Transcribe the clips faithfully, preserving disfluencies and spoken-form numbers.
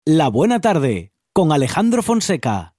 La Buena Tarde, con Alejandro Fonseca.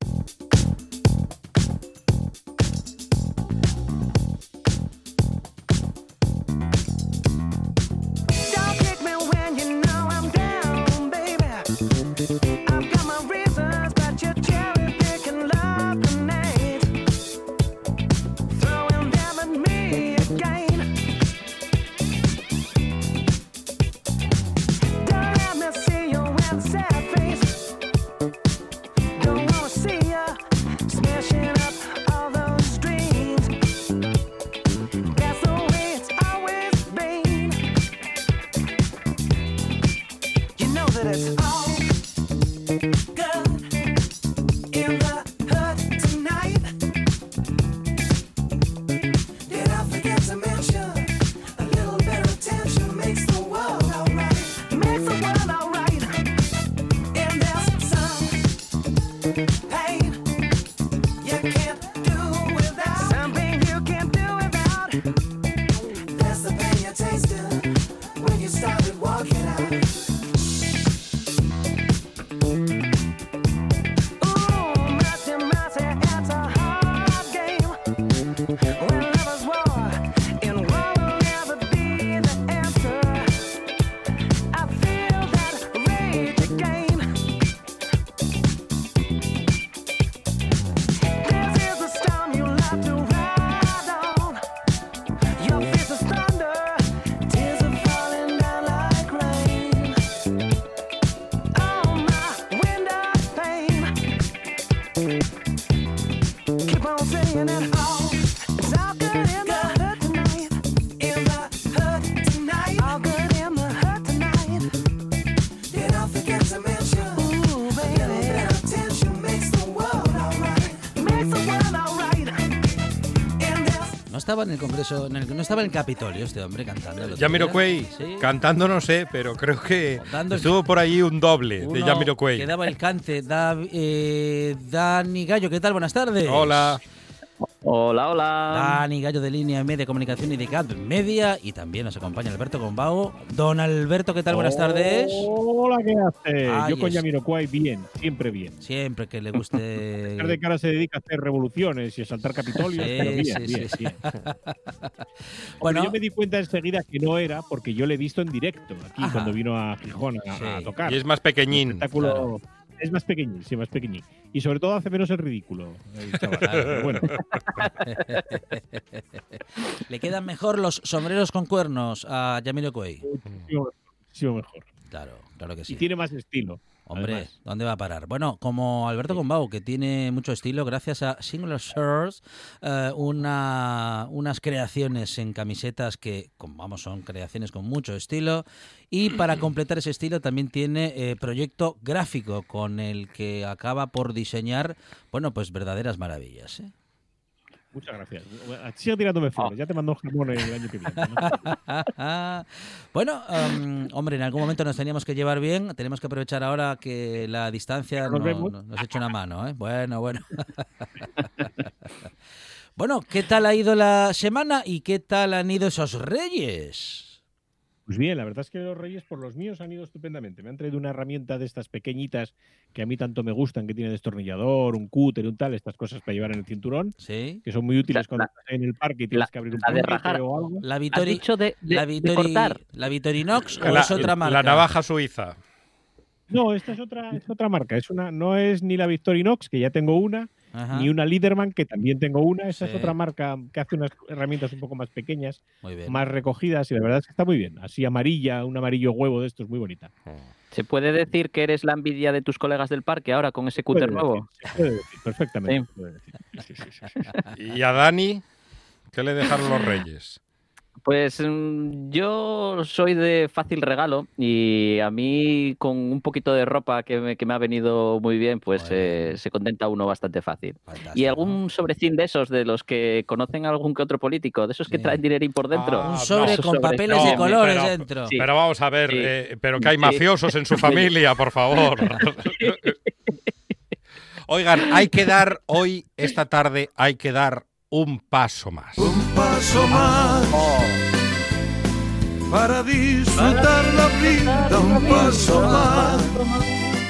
Estaba en el Congreso, en el, no estaba en el Capitolio este hombre cantando. Jamiroquai, ¿sí? Cantando no sé, pero creo que Contando estuvo el... por allí un doble de Jamiroquai. Que daba el cante, da, eh, Dani Gallo, ¿qué tal? Buenas tardes. Hola. Hola, hola. Dani Gallo de Línea Media Comunicación y de C A D Media. Y también nos acompaña Alberto Gombao. Don Alberto, ¿qué tal? Buenas tardes. Hola, ¿qué hace? Ay, Yo con Jamiroquai bien, siempre bien. Siempre que le guste. A pesar de que ahora se dedica a hacer revoluciones y a saltar capitolios, sí, pero bien, sí, bien, sí. bien. Bueno, yo me di cuenta enseguida que no era porque yo le he visto en directo aquí Ajá. cuando vino a Gijón a, sí. a tocar. Y es más pequeñín. Un espectáculo. Claro. Es más pequeñín, sí, más pequeñín. Y sobre todo hace menos el ridículo. El chaval. Pero bueno. ¿Le quedan mejor los sombreros con cuernos a Jamiroquai? Sí, mejor. Claro, claro que sí. Y tiene más estilo. Hombre, además. ¿Dónde va a parar? Bueno, como Alberto Gombao, que tiene mucho estilo, gracias a Singular Shirts, eh, una, unas creaciones en camisetas que, vamos, son creaciones con mucho estilo. Y para completar ese estilo también tiene eh, proyecto gráfico con el que acaba por diseñar, bueno, pues verdaderas maravillas, ¿eh? Muchas gracias. Sigue tirándome flores. Oh. Ya te mando jamón el año que viene, ¿no? Bueno, um, hombre, en algún momento nos teníamos que llevar bien. Tenemos que aprovechar ahora que la distancia no, no, nos echa una mano, ¿eh? Bueno, bueno. Bueno, ¿qué tal ha ido la semana y qué tal han ido esos Reyes? Pues bien, la verdad es que los Reyes por los míos han ido estupendamente. Me han traído una herramienta de estas pequeñitas que a mí tanto me gustan, que tiene destornillador, un cúter, un tal, estas cosas para llevar en el cinturón, ¿Sí? que son muy útiles la, cuando estás en el parque y tienes la, que abrir un puente o algo. La Vitori, ¿Has dicho de, de, la Vitori, de cortar? ¿La Victorinox o la, es otra marca? La navaja suiza. No, esta es otra, es otra marca. Es una, no es ni la Victorinox, que ya tengo una, Ajá. ni una Liederman, que también tengo una. Esa sí. es otra marca que hace unas herramientas un poco más pequeñas, más recogidas, y la verdad es que está muy bien. Así amarilla, un amarillo huevo de estos, muy bonita. ¿Se puede decir que eres la envidia de tus colegas del parque ahora con ese cúter nuevo? Decir, se puede decir, perfectamente. Sí. Puede decir. Sí, sí, sí, sí. ¿Y a Dani qué le dejaron los Reyes? Pues yo soy de fácil regalo y a mí con un poquito de ropa que me, que me ha venido muy bien, pues eh, se contenta uno bastante fácil. Fantástico. Y algún sobrecín de esos, de los que conocen a algún que otro político, de esos que sí. traen dinerín por dentro. Ah, un sobre no, con papeles no, de colores pero, dentro. Sí. Pero vamos a ver, sí. eh, pero que hay mafiosos sí. en su familia, por favor. Oigan, hay que dar hoy, esta tarde, hay que dar un paso más. Un paso más oh. para disfrutar la vida, un paso más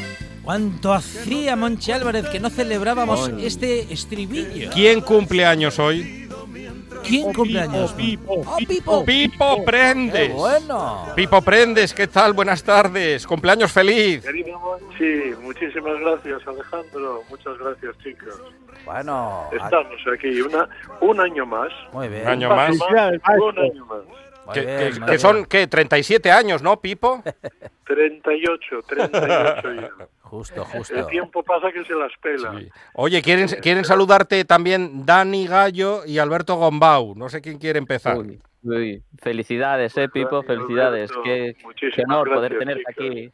¿Cuánto hacía, Monchi Álvarez, que no celebrábamos Ay. este estribillo? ¿Quién cumple años hoy? ¿Quién Oh, cumple años? Pipo, ¡Oh, Pipo, Pipo! Pipo Prendes. ¡Qué bueno! Pipo Prendes, ¿qué tal? Buenas tardes. Cumpleaños feliz. Querido Monchi, muchísimas gracias, Alejandro. Muchas gracias, chicos. Bueno. Estamos aquí una, un año más. Muy bien. Un año más. Un año más. Que, bien, que, que son, ¿qué? treinta y siete años, ¿no, Pipo? treinta y ocho, treinta y ocho ya. Justo, justo. El tiempo pasa que se las pela. Sí. Oye, quieren, quieren saludarte también Dani Gallo y Alberto Gombau. No sé quién quiere empezar. Uy, uy. Felicidades, eh, Pipo, Dani, felicidades. Alberto, qué, qué honor gracias, poder tenerte chicos. aquí.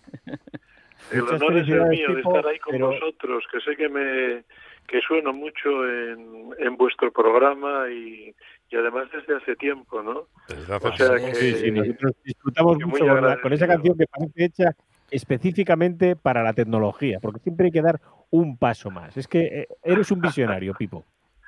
El honor es el mío de estar ahí con pero... vosotros, que sé que me que sueno mucho en, en vuestro programa y, y además desde hace tiempo, ¿no? Desde hace o sea tiempo. que, sí, sí, nosotros disfrutamos mucho con, la, con esa canción que parece hecha específicamente para la tecnología, porque siempre hay que dar un paso más. Es que eres un visionario, Pipo.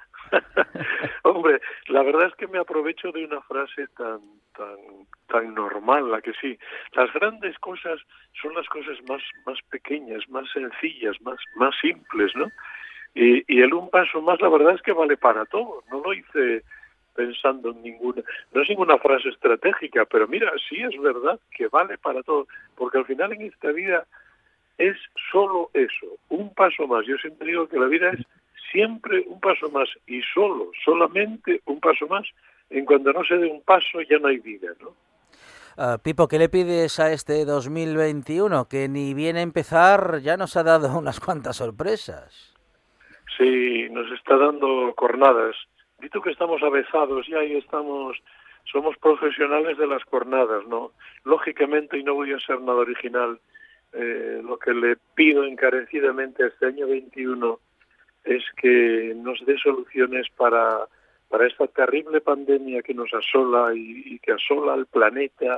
Hombre, la verdad es que me aprovecho de una frase tan tan tan normal, la que sí. Las grandes cosas son las cosas más más pequeñas, más sencillas, más más simples, ¿no? Y, y el un paso más, la verdad es que vale para todo. No lo hice pensando en ninguna, no es ninguna frase estratégica, pero mira, sí es verdad que vale para todo, porque al final en esta vida es solo eso, un paso más. Yo siempre digo que la vida es siempre un paso más y solo, solamente un paso más. En cuando no se dé un paso ya no hay vida, ¿no? Uh, Pipo, ¿qué le pides a este dos mil veintiuno? Que ni viene a empezar ya nos ha dado unas cuantas sorpresas. Sí, nos está dando cornadas. Dito que estamos avezados ya y estamos, somos profesionales de las cornadas, ¿no? Lógicamente, y no voy a ser nada original, eh, lo que le pido encarecidamente a este año veintiuno es que nos dé soluciones para, para esta terrible pandemia que nos asola y, y que asola al planeta.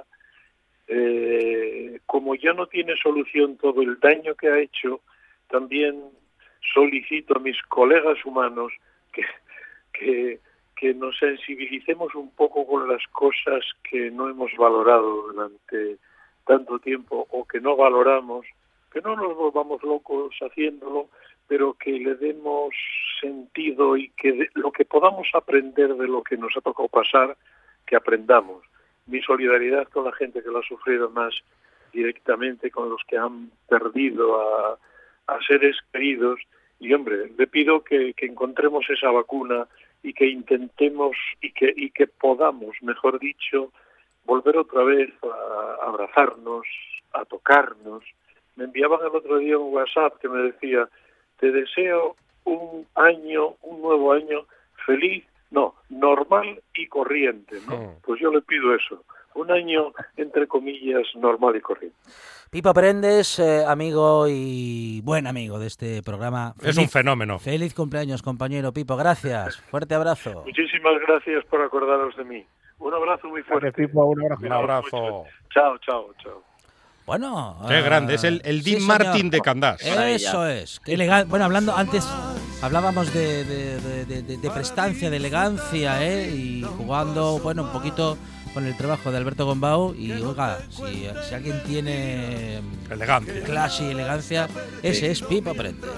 Eh, como ya no tiene solución todo el daño que ha hecho, también solicito a mis colegas humanos que, que, que nos sensibilicemos un poco con las cosas que no hemos valorado durante tanto tiempo o que no valoramos, que no nos volvamos locos haciéndolo, pero que le demos sentido y que de, lo que podamos aprender de lo que nos ha tocado pasar, que aprendamos. Mi solidaridad con la gente que lo ha sufrido más directamente, con los que han perdido a, a seres queridos. Y, hombre, le pido que, que encontremos esa vacuna y que intentemos y que, y que podamos, mejor dicho, volver otra vez a abrazarnos, a tocarnos. Me enviaban el otro día un WhatsApp que me decía: te deseo un año, un nuevo año feliz, no, normal y corriente, ¿no? Pues yo le pido eso, un año, entre comillas, normal y corriente. Pipo Prendes, eh, amigo y buen amigo de este programa. Feliz, es un fenómeno. Feliz cumpleaños, compañero Pipo, gracias. Fuerte abrazo. Muchísimas gracias por acordaros de mí. Un abrazo muy fuerte. Gracias, Pipo, un abrazo. Un abrazo. Chao, chao, chao. Bueno, qué uh, grande, es el, el Dean sí, Martin de Candás. Eso es, qué elegante. Bueno, hablando antes, hablábamos de, de, de, de, de, de prestancia, de elegancia, ¿eh? Y jugando, bueno, un poquito con el trabajo de Alberto Gombau. Y oiga, si, si alguien tiene elegancia, clase y elegancia, ese sí. es Pipo Prendes.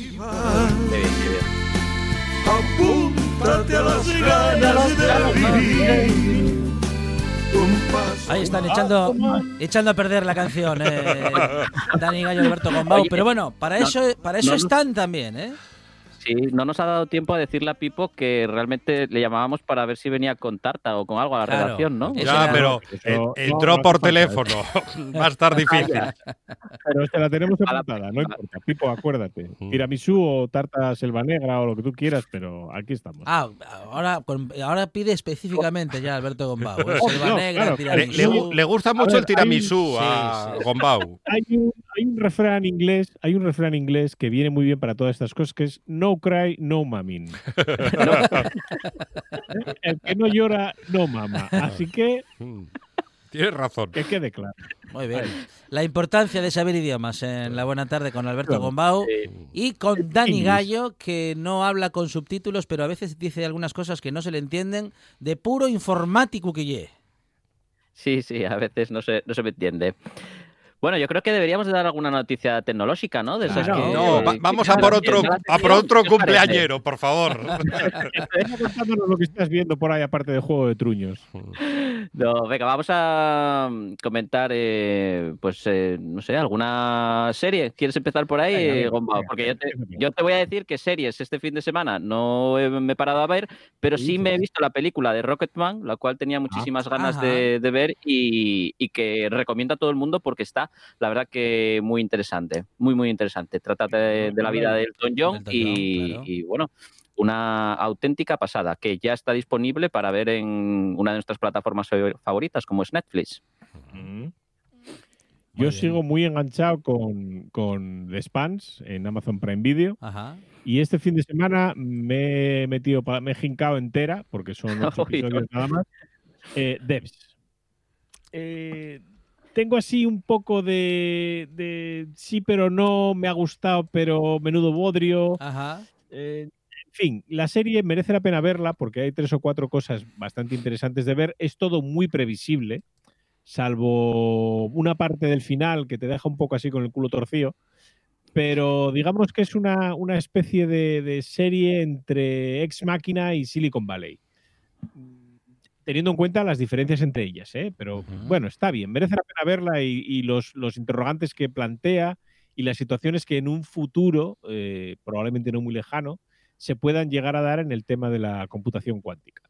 Apúntate a las ganas de vivir. Ahí están echando echando a perder la canción, eh, Dani Gallo y Alberto Gombau. Pero bueno, para eso para eso no, están también, ¿eh? Sí, no nos ha dado tiempo a decirle a Pipo que realmente le llamábamos para ver si venía con tarta o con algo a la claro, redacción, ¿no? Ya, era... pero eso, entró no, por no teléfono. Va a estar difícil. Pero te la tenemos apuntada, no importa. Pipo, acuérdate. Tiramisú o tarta selva negra o lo que tú quieras, pero aquí estamos. Ah, ahora, ahora pide específicamente ya Alberto Gombau. ¿eh? Selva no, negra, claro, tiramisú. Le, le gusta mucho ver, el tiramisú hay, a sí, sí. Gombau. Hay un, hay un refrán inglés, hay un refrán inglés que viene muy bien para todas estas cosas, que es no cry, no mamin. ¿No? El que no llora, no mama. Así que... Tienes razón. Que quede claro. Muy bien. La importancia de saber idiomas en La Buena Tarde con Alberto claro. Gombau sí. y con Dani Gallo, que no habla con subtítulos, pero a veces dice algunas cosas que no se le entienden, de puro informático que ye. Sí, sí, a veces no se, no se me entiende. Bueno, yo creo que deberíamos de dar alguna noticia tecnológica, ¿no? De claro. esas que, no, va, vamos a por otro, a por otro cumpleañero, por favor. Venga contándonos lo que estás viendo por ahí, aparte de Juego de Truños. No, venga, vamos a comentar, eh, pues, eh, no sé, alguna serie. ¿Quieres empezar por ahí, venga, venga, Gombao? Venga, porque yo te, yo te voy a decir que series este fin de semana no me he parado a ver, pero sí, sí me he visto la película de Rocketman, la cual tenía muchísimas ah, ganas de, de ver y, y que recomiendo a todo el mundo porque está, la verdad, que muy interesante, muy, muy interesante. Trata de, de la vida de Elton John, Elton John y, claro. y, bueno, una auténtica pasada, que ya está disponible para ver en una de nuestras plataformas favoritas, como es Netflix. Mm-hmm. Yo bien. sigo muy enganchado con, con The Expanse en Amazon Prime Video. Ajá. Y este fin de semana me he metido, me he jincado entera, porque son ocho episodios nada más, eh, Devs. Eh, tengo así un poco de, de sí pero no, me ha gustado, pero menudo bodrio. Ajá. Eh, en fin, la serie merece la pena verla porque hay tres o cuatro cosas bastante interesantes de ver. Es todo muy previsible, salvo una parte del final que te deja un poco así con el culo torcido. Pero digamos que es una, una especie de, de serie entre Ex Machina y Silicon Valley. Teniendo en cuenta las diferencias entre ellas, ¿eh? Pero uh-huh. bueno, está bien, merece la pena verla y, y los, los interrogantes que plantea y las situaciones que en un futuro, eh, probablemente no muy lejano, se puedan llegar a dar en el tema de la computación cuántica.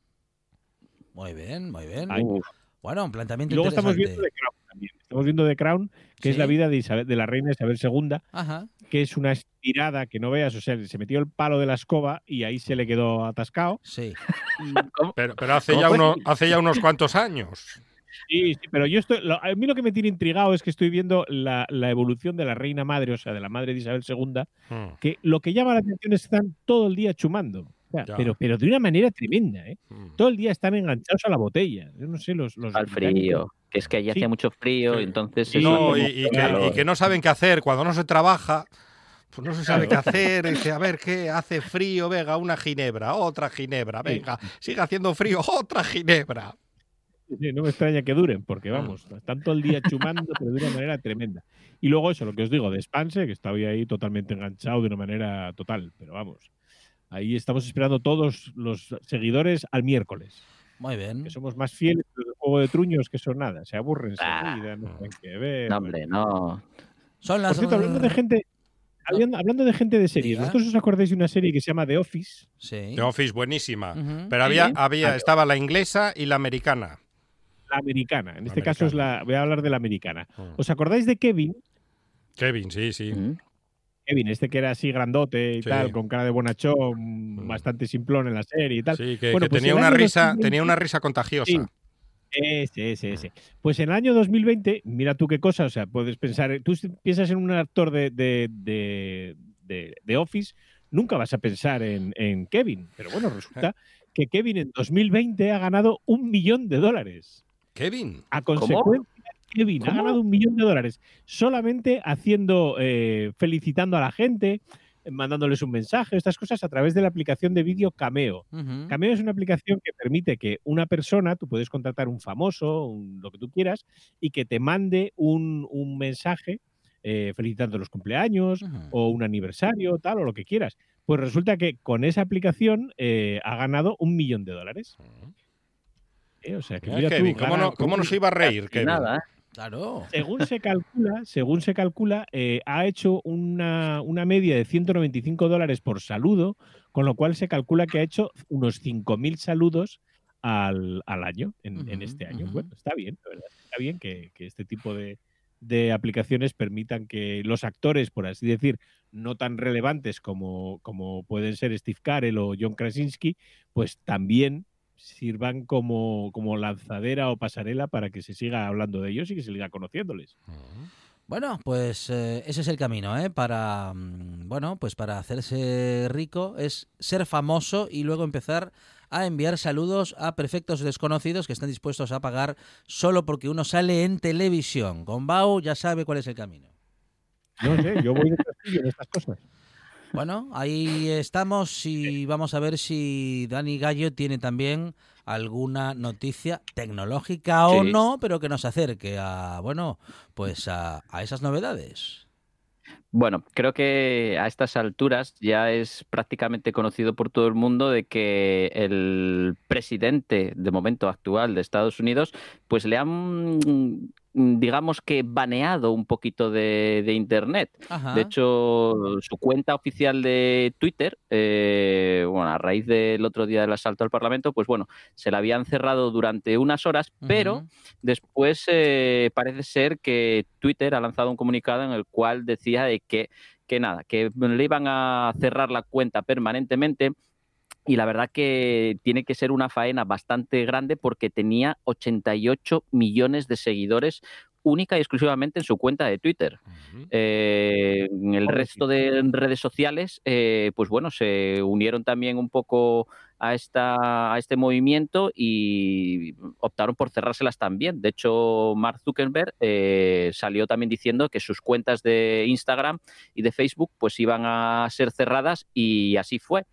Muy bien, muy bien. Ahí. Bueno, un planteamiento y luego interesante. Estamos viendo The Crown también. Estamos viendo The Crown, que ¿sí? es la vida de, Isabel, de la reina Isabel segunda, Ajá. que es una estirada que no veas, o sea, se metió el palo de la escoba y ahí se le quedó atascado. Sí. Y, pero, pero hace, ya uno, hace ya unos cuantos años. Sí, sí, pero yo estoy. Lo, a mí lo que me tiene intrigado es que estoy viendo la, la evolución de la reina madre, o sea, de la madre de Isabel segunda, hmm. que lo que llama la atención es que están todo el día chumando. O sea, pero, pero de una manera tremenda, ¿eh? Hmm. Todo el día están enganchados a la botella. Yo no sé, los. los Al frío. Que es que allí sí. hacía mucho frío, sí. entonces. Sí, no, y, y, que, y que no saben qué hacer. Cuando no se trabaja. Pues no se sabe qué hacer, dice, a ver, ¿qué? Hace frío, venga, una ginebra, otra ginebra, venga, sigue haciendo frío, otra ginebra. Sí, no me extraña que duren, porque vamos, están todo el día chumando, pero de una manera tremenda. Y luego eso, lo que os digo, de Expanse, que estaba ahí totalmente enganchado de una manera total, pero vamos, ahí estamos esperando todos los seguidores al miércoles. Muy bien. Que somos más fieles del Juego de Truños que son nada, se aburren enseguida, ah, no saben qué ver. No, hombre, no. Son las... Por cierto, hablando de gente... No. Hablando de gente de series, ¿Sí, ¿vosotros os acordáis de una serie que se llama The Office? Sí. The Office, buenísima. Uh-huh. Pero había, ¿Sí? había, estaba la inglesa y la americana. La americana. En la este americana. caso es la, voy a hablar de la americana. Uh-huh. ¿Os acordáis de Kevin? Kevin, sí, sí. Uh-huh. Kevin, este que era así grandote y sí. tal, con cara de bonachón, uh-huh. bastante simplón en la serie y tal. Sí, que, bueno, que pues tenía, una risa, dos mil veinte, tenía una risa contagiosa. Sí. Ese, ese, ese. Pues en el año dos mil veinte, mira tú qué cosa, o sea, puedes pensar, tú piensas en un actor de, de, de, de, de Office, nunca vas a pensar en, en Kevin, pero bueno, resulta que Kevin en dos mil veinte ha ganado un millón de dólares. ¿Kevin? A consecuencia, ¿Cómo? Kevin ¿Cómo? ha ganado un millón de dólares solamente haciendo, eh, felicitando a la gente, mandándoles un mensaje, estas cosas a través de la aplicación de vídeo Cameo. Uh-huh. Cameo es una aplicación que permite que una persona, tú puedes contratar un famoso, un, lo que tú quieras, y que te mande un, un mensaje eh, felicitando los cumpleaños uh-huh. o un aniversario, tal, o lo que quieras. Pues resulta que con esa aplicación eh, ha ganado un millón de dólares. Uh-huh. Eh, o sea, que mira Kevin, tú, ¿cómo, gana, no, ¿cómo nos iba a reír, Kevin? Nada, ¿eh? Claro. Según se calcula, según se calcula, eh, ha hecho una, una media de ciento noventa y cinco dólares por saludo, con lo cual se calcula que ha hecho unos cinco mil saludos al, al año, en, uh-huh, en este año. Uh-huh. Bueno, está bien, la verdad. Está bien que, que este tipo de, de aplicaciones permitan que los actores, por así decir, no tan relevantes como, como pueden ser Steve Carell o John Krasinski, pues también sirvan como, como lanzadera o pasarela para que se siga hablando de ellos y que se siga conociéndoles. Bueno, pues eh, ese es el camino, ¿eh? Para, bueno, pues para hacerse rico es ser famoso y luego empezar a enviar saludos a perfectos desconocidos que están dispuestos a pagar solo porque uno sale en televisión. Gombao ya sabe cuál es el camino. No sé, yo voy de castillo en estas cosas. Bueno, ahí estamos y vamos a ver si Dani Gallo tiene también alguna noticia tecnológica sí. o no, pero que nos acerque a, bueno, pues a, a esas novedades. Bueno, creo que a estas alturas ya es prácticamente conocido por todo el mundo de que el presidente de momento actual de Estados Unidos, pues le han, digamos que, baneado un poquito de, de Internet. Ajá. De hecho, su cuenta oficial de Twitter, eh, bueno, a raíz del otro día del asalto al Parlamento, pues bueno, se la habían cerrado durante unas horas, uh-huh. pero después eh, parece ser que Twitter ha lanzado un comunicado en el cual decía de que, que nada, que le iban a cerrar la cuenta permanentemente. Y la verdad que tiene que ser una faena bastante grande porque tenía ochenta y ocho millones de seguidores única y exclusivamente en su cuenta de Twitter. Uh-huh. Eh, en el resto de redes sociales, eh, pues bueno, se unieron también un poco a, esta, a este movimiento y optaron por cerrárselas también. De hecho, Mark Zuckerberg eh, salió también diciendo que sus cuentas de Instagram y de Facebook pues iban a ser cerradas y así fue.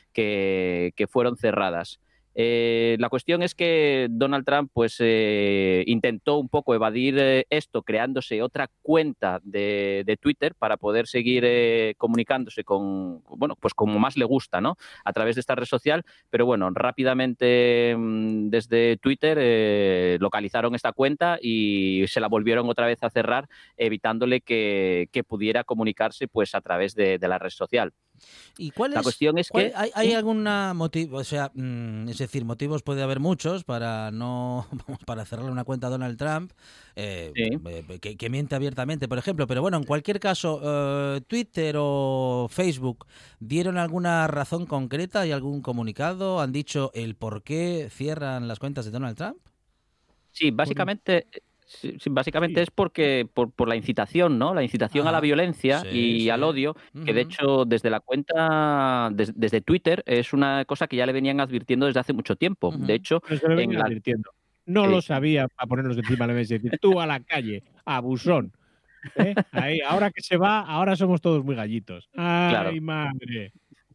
Que, que fueron cerradas. Eh, la cuestión es que Donald Trump pues eh, intentó un poco evadir eh, esto creándose otra cuenta de, de Twitter para poder seguir eh, comunicándose con, bueno, pues como más le gusta, ¿no? A través de esta red social, pero bueno, rápidamente mmm, desde Twitter eh, localizaron esta cuenta y se la volvieron otra vez a cerrar, evitándole que, que pudiera comunicarse pues a través de, de la red social. ¿Y cuál es, la cuestión es cuál, que hay, hay alguna motivo, o sea, mmm, es decir, motivos puede haber muchos para no para cerrarle una cuenta a Donald Trump eh, sí. que, que miente abiertamente, por ejemplo, pero bueno, en cualquier caso, eh, Twitter o Facebook dieron alguna razón concreta y algún comunicado, han dicho el por qué cierran las cuentas de Donald Trump. Sí, básicamente. Sí, sí, básicamente sí. es porque por, por la incitación, ¿no? La incitación ah, a la violencia sí, y sí. al odio, uh-huh. que de hecho desde la cuenta, des, desde Twitter, es una cosa que ya le venían advirtiendo desde hace mucho tiempo. Uh-huh. De hecho, no se lo venían la... advirtiendo. No sí. lo sabía para ponernos encima de la mesa y decir, tú a la calle, abusón. ¿Eh? Ahí, ahora que se va, ahora somos todos muy gallitos. ¡Ay, claro. madre!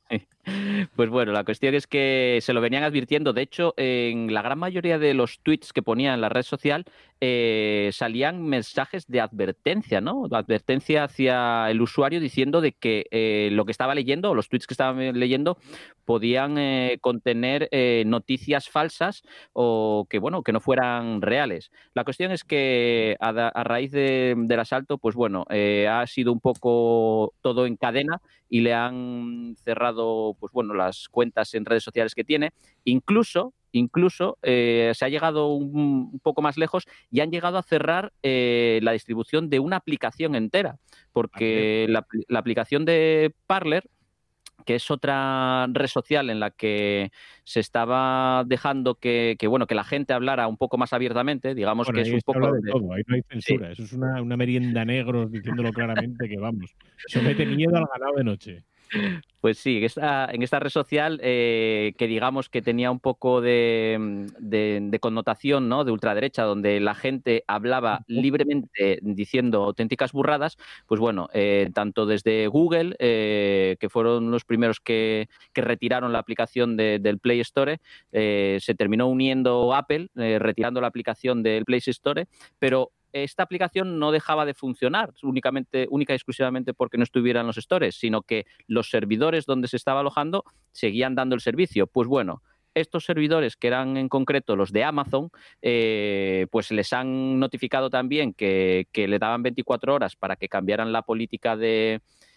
Pues bueno, la cuestión es que se lo venían advirtiendo. De hecho, en la gran mayoría de los tweets que ponía en la red social eh, salían mensajes de advertencia, ¿no? De advertencia hacia el usuario diciendo de que eh, lo que estaba leyendo o los tweets que estaba leyendo podían eh, contener eh, noticias falsas o que, bueno, que no fueran reales. La cuestión es que a, a raíz de, del asalto, pues bueno, eh, ha sido un poco todo en cadena y le han cerrado, pues bueno, las cuentas en redes sociales que tiene. Incluso, incluso eh, se ha llegado un, un poco más lejos y han llegado a cerrar eh, la distribución de una aplicación entera, porque la, la aplicación de Parler, que es otra red social en la que se estaba dejando que, que bueno que la gente hablara un poco más abiertamente, digamos bueno, que es un poco de todo, ahí no hay censura, sí. Eso es una, una merienda negros diciéndolo claramente que vamos, eso mete miedo al ganado de noche. Pues sí, en esta, en esta red social eh, que digamos que tenía un poco de, de, de connotación, ¿no? De ultraderecha, donde la gente hablaba libremente diciendo auténticas burradas, pues bueno, eh, tanto desde Google, eh, que fueron los primeros que, que retiraron la aplicación de, del Play Store, eh, se terminó uniendo Apple, eh, retirando la aplicación del Play Store, pero esta aplicación no dejaba de funcionar únicamente, única y exclusivamente porque no estuvieran los stores, sino que los servidores donde se estaba alojando seguían dando el servicio. Pues bueno, estos servidores, que eran en concreto los de Amazon, eh, pues les han notificado también que, que le daban veinticuatro horas para que cambiaran la política de...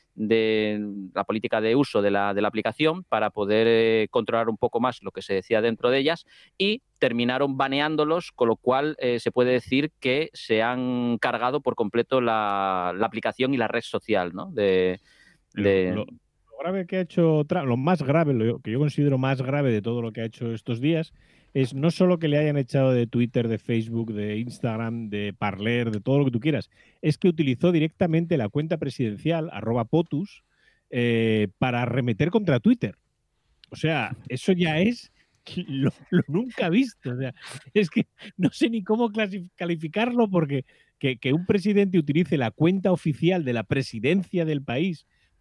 de la política de uso de la, de la aplicación para poder eh, controlar un poco más lo que se decía dentro de ellas y terminaron baneándolos, con lo cual eh, se puede decir que se han cargado por completo la, la aplicación y la red social, ¿no? De, de... Lo, lo, lo grave que ha hecho Trump, lo más grave, lo que yo considero más grave de todo lo que ha hecho estos días es no solo que le hayan echado de Twitter, de Facebook, de Instagram, de Parler, de todo lo que tú quieras, es que utilizó directamente la cuenta presidencial, arroba POTUS, eh, para arremeter contra Twitter. O sea, eso ya es lo, lo nunca visto. O sea, es que no sé ni cómo calificarlo porque que, que un presidente utilice la cuenta oficial de la presidencia del país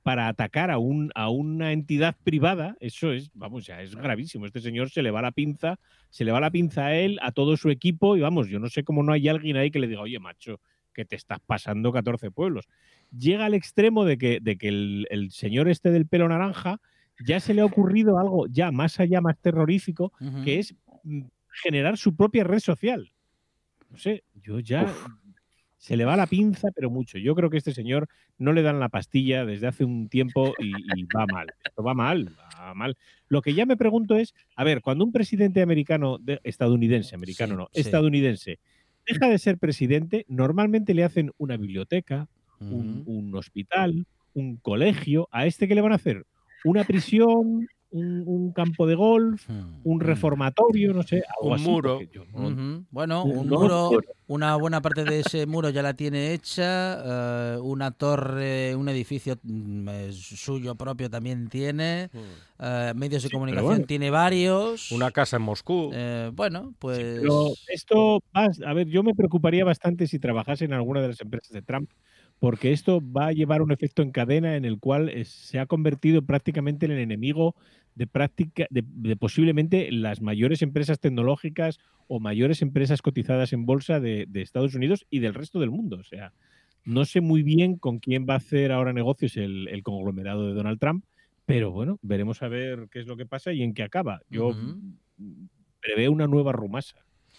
para atacar a, un, a una entidad privada, eso es, vamos, ya es gravísimo. Este señor se le va la pinza, se le va la pinza a él, a todo su equipo, y vamos, yo no sé cómo no hay alguien ahí que le diga, oye, macho, que te estás pasando catorce pueblos. Llega al extremo de que, de que el, el señor este del pelo naranja ya se le ha ocurrido algo ya más allá, más terrorífico, uh-huh. que es generar su propia red social. No sé, yo ya... Uf. Se le va la pinza, pero mucho. Yo creo que a este señor no le dan la pastilla desde hace un tiempo y, y va mal. Esto va mal, va mal. Lo que ya me pregunto es, a ver, cuando un presidente americano, de, estadounidense, americano sí, no, sí. estadounidense, deja de ser presidente, normalmente le hacen una biblioteca, uh-huh. un, un hospital, un colegio. ¿A este qué le van a hacer? ¿Una prisión? Un, un campo de golf, un reformatorio, no sé, algo un así, muro. Yo, no, uh-huh. Bueno, un no, muro, no. una buena parte de ese muro ya la tiene hecha, uh, una torre, un edificio uh, suyo propio también tiene, uh, medios de sí, comunicación bueno. tiene varios. Una casa en Moscú. Uh, bueno, pues... Sí, pero esto, a ver, yo me preocuparía bastante si trabajase en alguna de las empresas de Trump, porque esto va a llevar un efecto en cadena en el cual es, se ha convertido prácticamente en el enemigo de práctica de, de posiblemente las mayores empresas tecnológicas o mayores empresas cotizadas en bolsa de, de Estados Unidos y del resto del mundo. O sea, no sé muy bien con quién va a hacer ahora negocios el, el conglomerado de Donald Trump, pero bueno, veremos a ver qué es lo que pasa y en qué acaba. Yo uh-huh. preveo una nueva rumasa.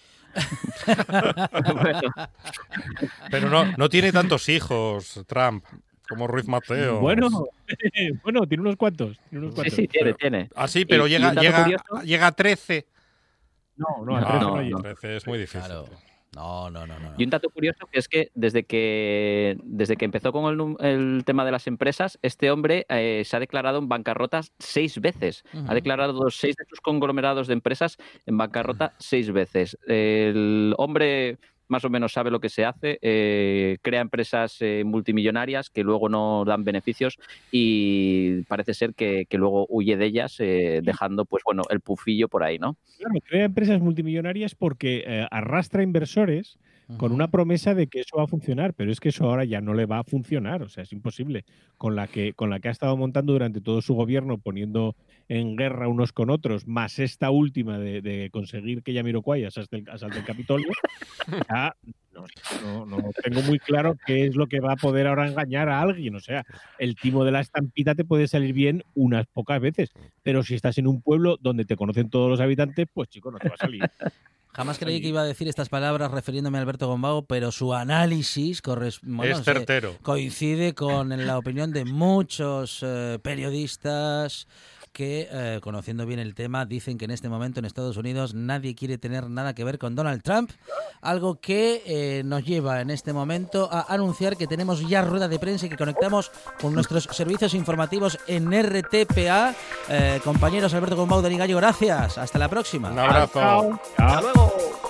Pero no, no tiene tantos hijos Trump como Ruiz Mateo. Bueno, bueno, tiene unos cuantos. Tiene unos cuantos. Sí, sí, tiene, pero, tiene. Ah, sí, pero llega, llega, llega a trece. No, no, a trece no, no, no, no trece es muy difícil. Claro. No, no, no, no. Y un dato curioso que es que desde que desde que empezó con el, el tema de las empresas, este hombre eh, se ha declarado en bancarrota seis veces. Uh-huh. Ha declarado seis de sus conglomerados de empresas en bancarrota uh-huh. seis veces. El hombre más o menos sabe lo que se hace, eh, crea empresas eh, multimillonarias que luego no dan beneficios y parece ser que, que luego huye de ellas, eh, dejando pues bueno el pufillo por ahí, ¿no? Claro, crea empresas multimillonarias porque eh, arrastra inversores uh-huh. con una promesa de que eso va a funcionar, pero es que eso ahora ya no le va a funcionar, o sea, es imposible. Con la que, con la que ha estado montando durante todo su gobierno, poniendo en guerra unos con otros, más esta última de, de conseguir que Jamiroquai asalte el, asalte el Capitolio, ya no, no, no tengo muy claro qué es lo que va a poder ahora engañar a alguien. O sea, el timo de la estampita te puede salir bien unas pocas veces, pero si estás en un pueblo donde te conocen todos los habitantes, pues chico, no te va a salir. Jamás creí que iba a decir estas palabras refiriéndome a Alberto Gombau, pero su análisis corres- bueno, es certero. Coincide con la opinión de muchos eh, periodistas que, eh, conociendo bien el tema, dicen que en este momento en Estados Unidos nadie quiere tener nada que ver con Donald Trump, algo que eh, nos lleva en este momento a anunciar que tenemos ya rueda de prensa y que conectamos con nuestros servicios informativos en R T P A. Eh, compañeros Alberto Gombau, Dani Gallo, gracias. Hasta la próxima. Un abrazo. Chao. Hasta luego.